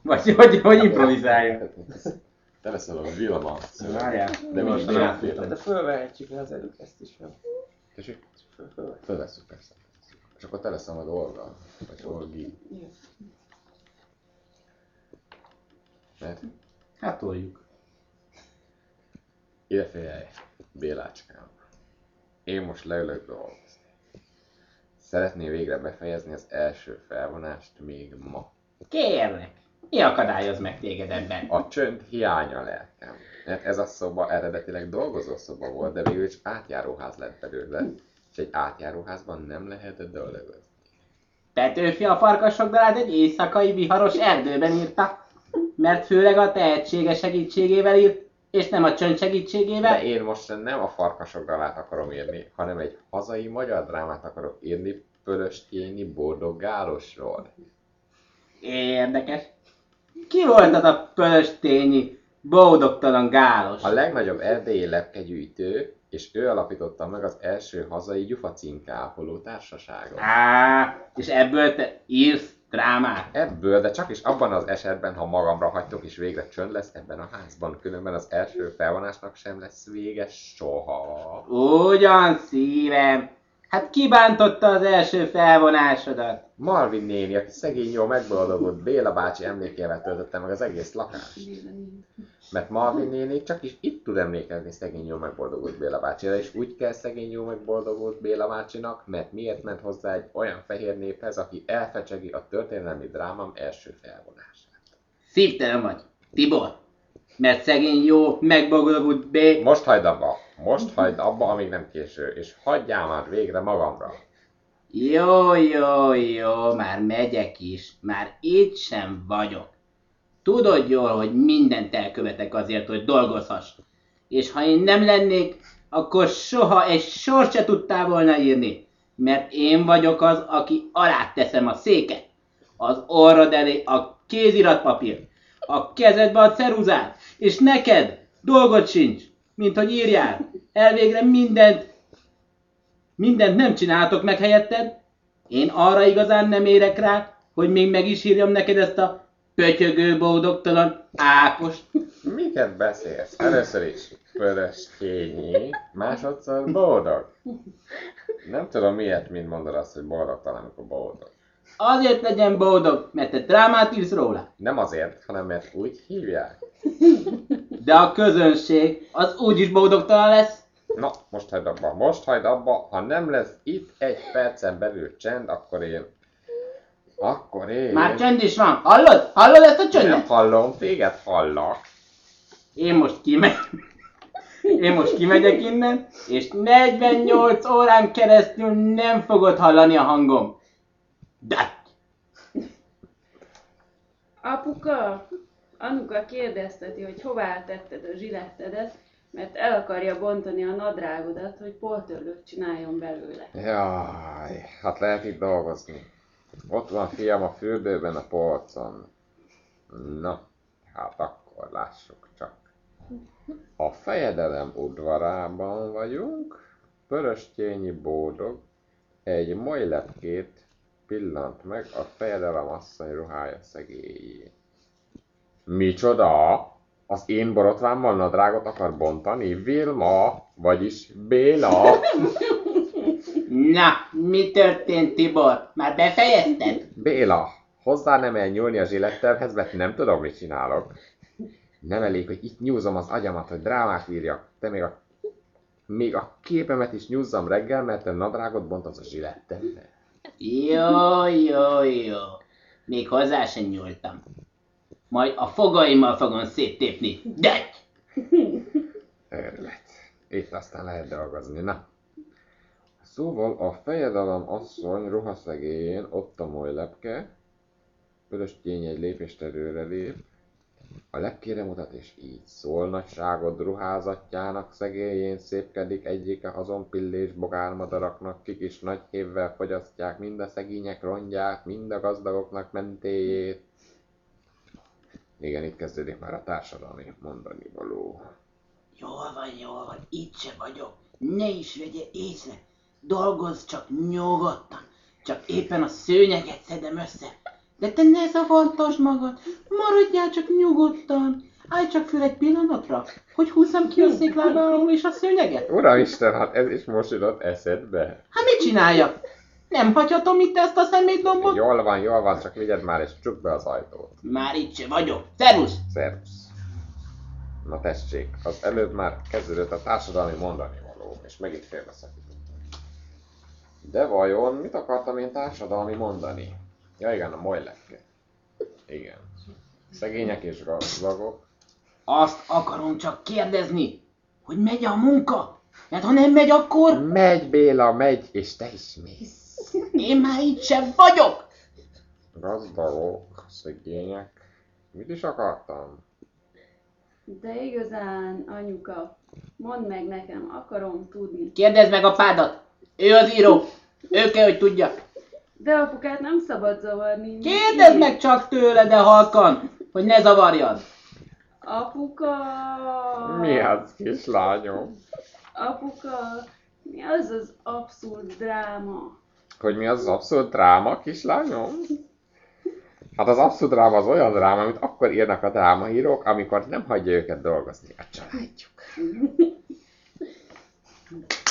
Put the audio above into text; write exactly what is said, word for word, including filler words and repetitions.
Vagy hogy, hogy improvizáljak? Te leszel a Vilma. Várjál. De most nem nem átféltem. De fölvehetjük az előtt ezt is fel. Tessék? Föl, föl. Fölvesszük persze. És akkor te leszel majd Olga. Vagy Olgi. Mert Hát toljuk. ide figyelj, Bélácskám. Én most leülök dolgozni. Szeretném végre befejezni az első felvonást még ma. Kérlek, mi akadályoz meg téged ebben? A csönd hiánya lelkem. Mert ez a szoba eredetileg dolgozószoba volt, de végül is átjáróház lett belőle. És egy átjáróházban nem lehet dolgozni. Petőfi a farkasok dalát egy éjszakai viharos erdőben írta, mert főleg a tehetsége segítségével írt, és nem a csönd segítségével. De én most nem a farkasok dalát akarom írni, hanem egy hazai magyar drámát akarok írni Pölöstjényi Boldog Gálosról. Érdekes. Ki volt az a pölöstényi, boldogtalan gálos? A legnagyobb erdélyi lepkegyűjtő, és ő alapította meg az első hazai gyufacinkápoló társaságot. Á, és ebből te írsz drámát? Ebből, de csak is abban az esetben, ha magamra hagytok és végre csönd lesz ebben a házban, különben az első felvonásnak sem lesz vége soha. Ugyan szívem. Hát kibántotta az első felvonásodat? Marvin néni, aki szegény jól megboldogult Béla bácsi emlékével töltötte meg az egész lakást. Mert Marvin néni csak is itt tud emlékezni szegény jól megboldogult Béla bácsira, és úgy kell szegény jól megboldogult Béla bácsinak, mert miért ment hozzá egy olyan fehér néphez, aki elfecsegi a történelmi drámám első felvonását. Szívtelen vagy, Tibor. Mert szegény jó, megboldogult B. Most hagyd abba, most hagyd abba, amíg nem késő, és hagyjál már végre magamra. Jó, jó, jó, már megyek is, már itt sem vagyok. Tudod jól, hogy mindent elkövetek azért, hogy dolgozhass. És ha én nem lennék, akkor soha egy sort se tudtál volna írni. Mert én vagyok az, aki alá teszem a széket, az orrod elé a kéziratpapírt, a kezedbe a ceruzát, és neked dolgod sincs, mint hogy írjál. Elvégre mindent, mindent nem csináltok meg helyetted. Én arra igazán nem érek rá, hogy még meg is írjam neked ezt a pötyögő boldogtalan Ákost. Miket beszélsz? Először is Pölöstjényi, másodszor boldog. Nem tudom miért mind mondod azt, hogy boldogtalan, amikor boldog. Azért legyen boldog, mert te drámát írsz róla. Nem azért, hanem mert úgy hívják. De a közönség az úgyis boldogtalan lesz. Na, most hagyd abba, most hagyd abba, ha nem lesz itt egy percen belül csend, akkor én... Akkor én... Már csend is van. Hallod? Hallod ezt a Nem csöndet? hallom, téged hallak. Én most kimegyek. Én most kimegyek innen, és negyvennyolc órán keresztül nem fogod hallani a hangom. De... Apuka, anyuka kérdezteti, hogy hová tetted a zsilettedet, mert el akarja bontani a nadrágodat, hogy poltörlőt csináljon belőle. Jaj, hát lehet itt dolgozni. Ott van fiam a fürdőben a polcon. Na, hát akkor lássuk csak. A fejedelem udvarában vagyunk, Pölöstjényi Boldog egy molylepkét pillant meg a fejedelem asszony ruhája szegélyén. Micsoda? Az én borotvámmal nadrágot akar bontani? Vilma, vagyis Béla? Na, mi történt, Tibor? Már befejezted? Béla, hozzá nem el nyúlni a zsiletterhez, mert nem tudom, mit csinálok. Nem elég, hogy itt nyúzom az agyamat, hogy drámát írjak, te még a, még a képemet is nyúzzam reggel, mert te nadrágot bontasz a zsiletterre. Jó, jó, jó. Még hozzá sem nyúltam. Majd a fogaimmal fogom széttépni. De! Örület. Itt aztán lehet dolgozni, na. Szóval a fejedelem asszony ruhaszegélyén ott a molylepke, Pölöstjény egy lépést előre lép, a lepkére mutat és így szól: nagyságod ruházatjának szegélyén szépkedik egyike azon pillés bogármadaraknak, kik is nagy hévvel fogyasztják mind a szegények rongyát, mind a gazdagoknak mentéjét. Igen, itt kezdődik már a társadalmi mondani való. Jól van, jól van, itt se vagyok. Ne is vegye észre. Dolgozz csak nyugodtan. Csak éppen a szőnyeget szedem össze. De te ne zavartasd magad, maradjál csak nyugodtan. Állj csak föl egy pillanatra, hogy húzzam ki a széklába alól és a szőnyeget. Uramisten, hát ez is most jutott eszedbe. Hát mit csináljak? Nem hagyhatom itt ezt a szemétdombot? Jól van, jól van, csak vigyed már és csukd be az ajtót. Már itt se vagyok. Szervusz! Szervusz. Na tessék, az előbb már kezdődött a társadalmi mondani való, és megint félbeszakítottam. De vajon mit akartam én társadalmi mondani? Ja igen, a molylepke. Igen. Szegények és gazdagok. Azt akarom csak kérdezni, hogy megy a munka? Mert ha nem megy, akkor Megy Béla, megy, és te is mész. én már itt sem vagyok. Gazdagok, szegények. Mit is akartam? De igazán, anyuka, mondd meg nekem, akarom tudni. Kérdezd meg apádat. Ő az író. Ő kell, hogy tudja. De apukát nem szabad zavarni. Kérdezd meg csak tőle, de halkan, hogy ne zavarjad. Apuka! Mi az, kislányom? Apuka, mi az az abszurd dráma? Hogy mi az az abszurd dráma, kislányom? Hát az abszurd dráma az olyan dráma, amit akkor írnak a drámaírók, amikor nem hagyja őket dolgozni a családjuk.